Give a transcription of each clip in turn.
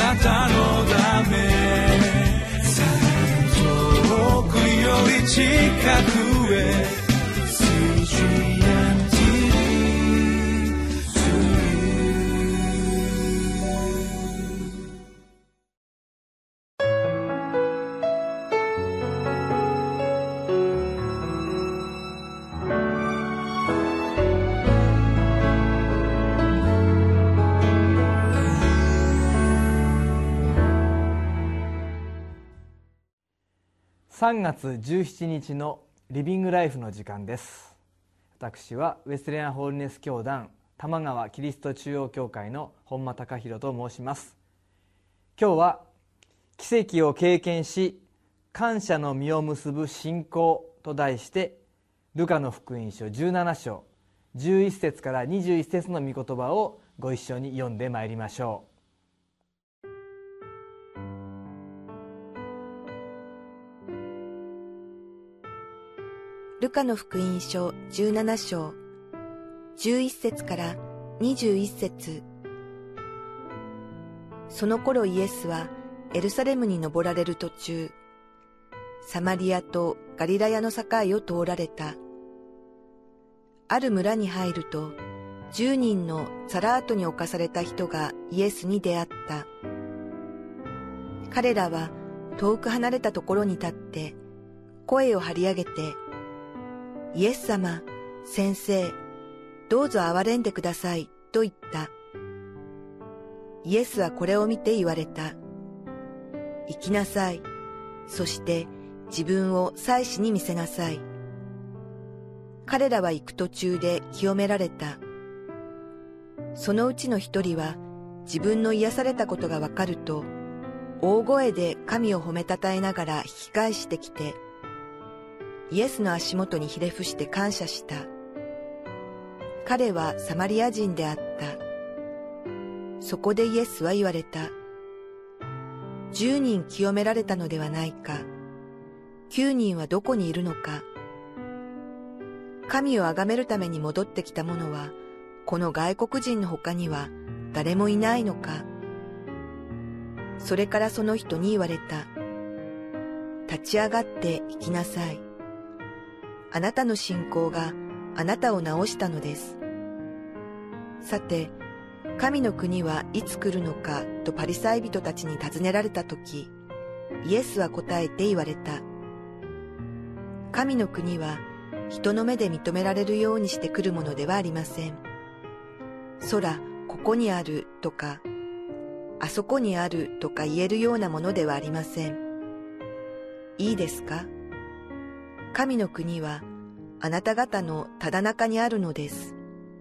なたのため遠くより近くへ 3月17日のリビングライフの時間です。私はウェスレアンホールネス教団多摩川キリスト中央教会の本間隆弘と申します。今日は奇跡を経験し感謝の実を結ぶ信仰と題してルカの福音書17章11節から21節の御言葉をご一緒に読んでまいりましょう。 ルカの福音書17章11節から21節。その頃イエスはエルサレムに登られる途中、サマリアとガリラヤの境を通られた。ある村に入ると、10人のサラートに侵された人がイエスに出会った。彼らは遠く離れたところに立って声を張り上げて、イエス様、先生、どうぞ憐れんでください、と言った。イエスはこれを見て言われた。行きなさい。そして自分を祭司に見せなさい。彼らは行く途中で清められた。そのうちの一人は自分の癒されたことがわかると、大声で神を褒めたたえながら引き返してきて、イエスの足元にひれ伏して感謝した。彼はサマリア人であった。そこでイエスは言われた。10人清められたのではないか。9人はどこにいるのか。神を崇めるために戻ってきた者は、この外国人の他には誰もいないのか。それからその人に言われた。立ち上がって行きなさい。あなたの信仰があなたを治したのです。さて、神の国はいつ来るのかとパリサイ人たちに尋ねられたとき、イエスは答えて言われた。神の国は人の目で認められるようにして来るものではありません。空、ここにあるとか、あそこにあるとか言えるようなものではありません。いいですか？神の国はあなた方のただ中にあるのです。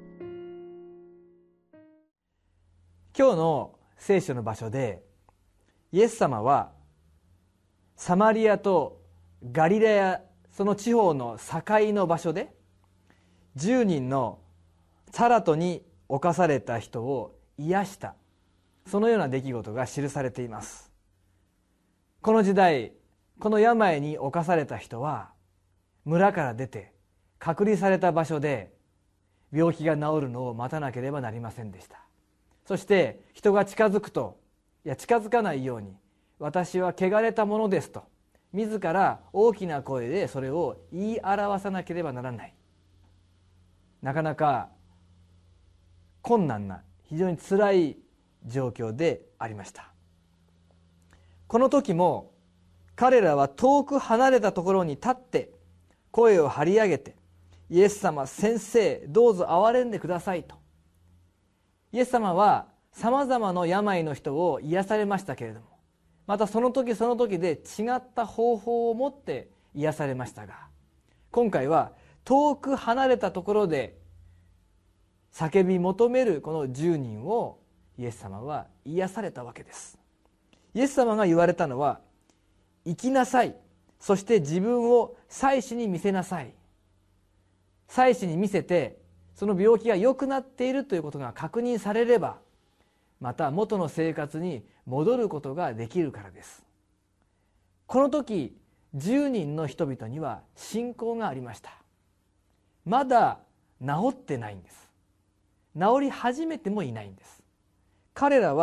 今日の聖書の場所でイエス様はサマリアとガリラヤ、その地方の境の場所で10人のサラトに侵された人を癒した、そのような出来事が記されています。この時代、この病に侵された人は村から出て隔離された場所で病気が治るのを待たなければなりませんでした。そして人が近づくと、近づかないように、私は汚れたものですと自ら大きな声でそれを言い表さなければならない。なかなか困難な、非常につらい状況でありました。この時も彼らは遠く離れたところに立って声を張り上げて、イエス様、先生、どうぞ憐れんでくださいと。イエス様はさまざまな病の人を癒されましたけれども、またその時その時で違った方法を持って癒されましたが、今回は遠く離れたところで叫び求めるこの10人をイエス様は癒されたわけです。イエス様が言われたのは、行きなさい、そして自分を祭司に見せなさい。祭司に見せてその病気が良くなっているということが確認されれば、また元の生活に戻ることができるからです。この時10人の人々には信仰がありました。まだ治ってないんです。治り始めてもいないんです。彼らは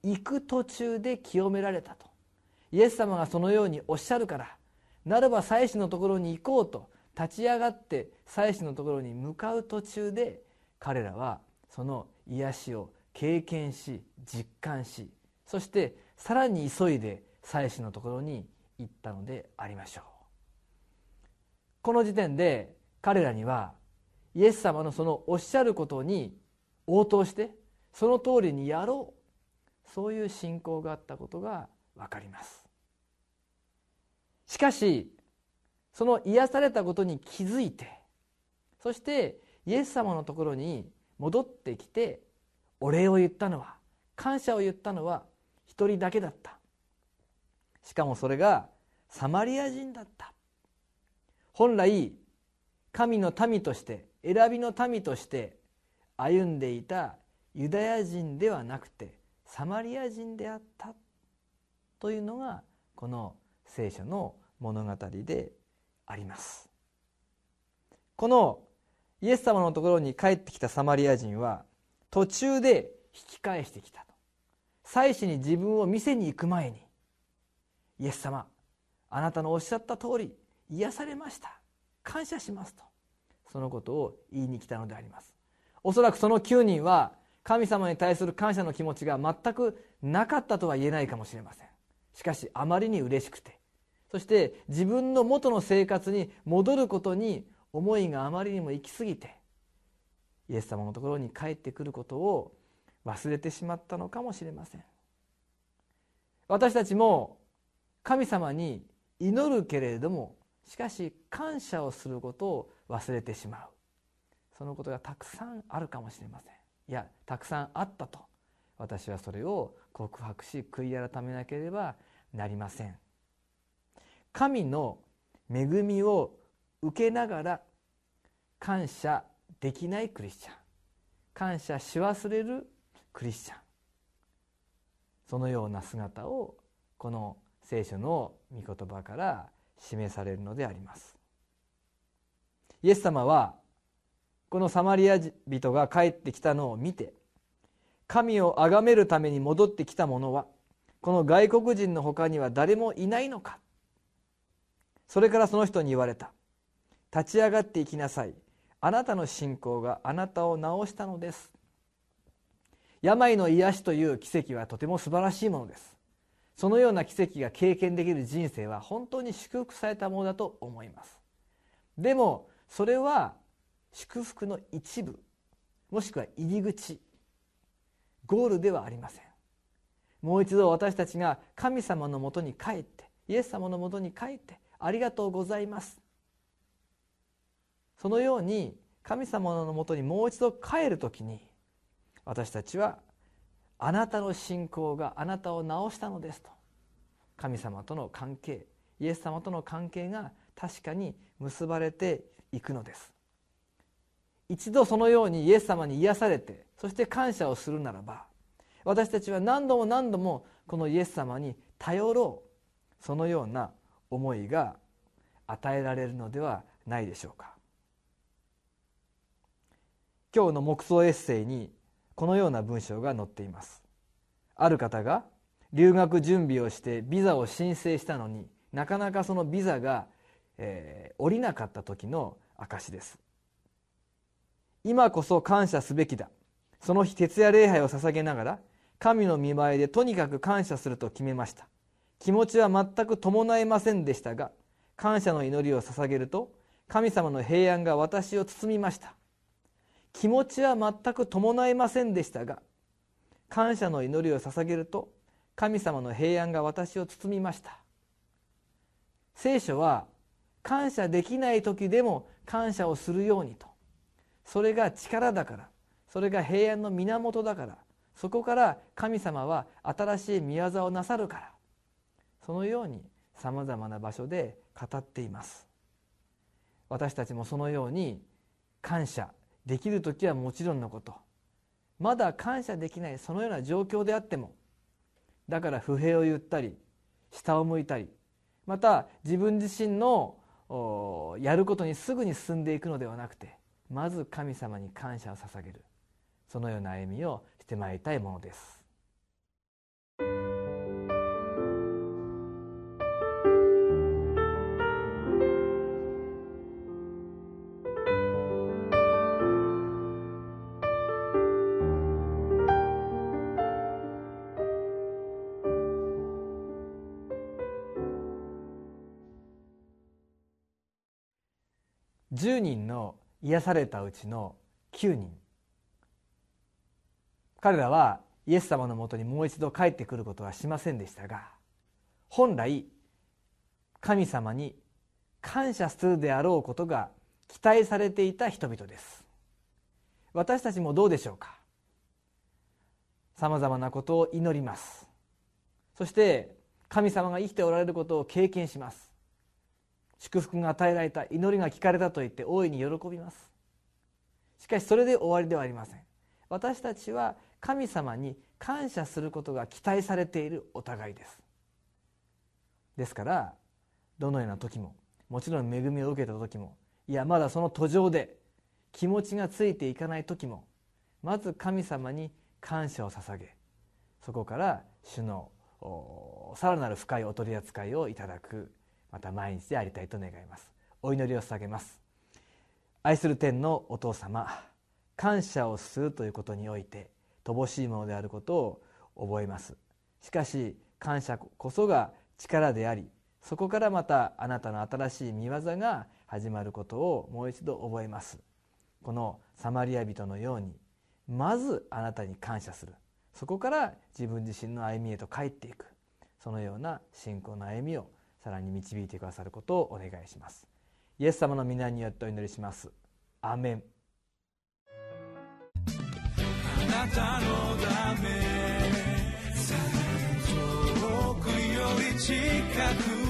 行く途中で清められたと。イエス様がそのようにおっしゃるから、ならば祭司のところに行こうと立ち上がって祭司のところに向かう途中で、彼らはその癒しを経験し実感し、そしてさらに急いで祭司のところに行ったのでありましょう。この時点で彼らにはイエス様のそのおっしゃることに応答してその通りにやろう、そういう信仰があったことがわかります。しかしその癒されたことに気づいて、そしてイエス様のところに戻ってきてお礼を言ったのは、感謝を言ったのは一人だけだった。しかもそれがサマリア人だった。本来神の民として、選びの民として歩んでいたユダヤ人ではなくてサマリア人であったというのがこの聖書の物語であります。このイエス様のところに帰ってきたサマリア人は途中で引き返してきたと。祭司に自分を見せに行く前に、イエス様、あなたのおっしゃった通り癒されました、感謝しますと、そのことを言いに来たのであります。おそらくその9人は神様に対する感謝の気持ちが全くなかったとは言えないかもしれません。しかしあまりに嬉しくて、そして自分の元の生活に戻ることに思いがあまりにも行き過ぎて、イエス様のところに帰ってくることを忘れてしまったのかもしれません。私たちも神様に祈るけれども、しかし感謝をすることを忘れてしまう、そのことがたくさんあるかもしれません。いや、たくさんあったと私はそれを告白し悔い改めなければなりません。神の恵みを受けながら感謝できないクリスチャン、感謝し忘れるクリスチャン、そのような姿をこの聖書の御言葉から示されるのであります。イエス様はこのサマリア人が帰ってきたのを見て、神を崇めるために戻ってきた者はこの外国人の他には誰もいないのか。それからその人に言われた。立ち上がっていきなさい。あなたの信仰があなたを治したのです。病の癒しという奇跡はとても素晴らしいものです。そのような奇跡が経験できる人生は本当に祝福されたものだと思います。でもそれは祝福の一部、もしくは入り口、ゴールではありません。もう一度私たちが神様のもとに帰って、イエス様のもとに帰って、ありがとうございます、そのように神様のもとにもう一度帰るときに、私たちはあなたの信仰があなたを治したのですと、神様との関係、イエス様との関係が確かに結ばれていくのです。一度そのようにイエス様に癒されて、そして感謝をするならば、私たちは何度も何度もこのイエス様に頼ろう、そのような思いが与えられるのではないでしょうか。今日の黙想エッセイにこのような文章が載っています。ある方が留学準備をしてビザを申請したのに、なかなかそのビザが、下りなかった時の証です。今こそ感謝すべきだ。その日徹夜礼拝を捧げながら神の御前でとにかく感謝すると決めました。気持ちは全く伴いませんでしたが、感謝の祈りを捧げると神様の平安が私を包みました。気持ちは全く伴いませんでしたが、感謝の祈りを捧げると神様の平安が私を包みました。聖書は感謝できない時でも感謝をするようにと、それが力だから、それが平安の源だから、そこから神様は新しい御業をなさるから、そのようにさまざまな場所で語っています。私たちもそのように感謝できるときはもちろんのこと、まだ感謝できないそのような状況であっても、だから不平を言ったり下を向いたり、また自分自身のやることにすぐに進んでいくのではなくて、まず神様に感謝を捧げる、そのような歩みをしてまいりたいものです。 10人の癒されたうちの9人、彼らはイエス様のもとにもう一度帰ってくることはしませんでしたが、本来神様に感謝するであろうことが期待されていた人々です。私たちもどうでしょうか。さまざまなことを祈ります。そして神様が生きておられることを経験します。祝福が与えられた、祈りが聞かれたと言って大いに喜びます。しかしそれで終わりではありません。私たちは神様に感謝することが期待されているお互いです。ですからどのような時も、もちろん恵みを受けた時も、いやまだその途上で気持ちがついていかない時も、まず神様に感謝を捧げ、そこから主のさらなる深いお取り扱いをいただく、また毎日でありたいと願います。お祈りを捧げます。愛する天のお父様、感謝をするということにおいて乏しいものであることを覚えます。しかし感謝こそが力であり、そこからまたあなたの新しい御業が始まることをもう一度覚えます。このサマリア人のように、まずあなたに感謝する、そこから自分自身の歩みへと帰っていく、そのような信仰の歩みをさらに導いてくださることをお願いします。イエス様の皆によってお祈りします。アーメン。 あなたのため遠くより近く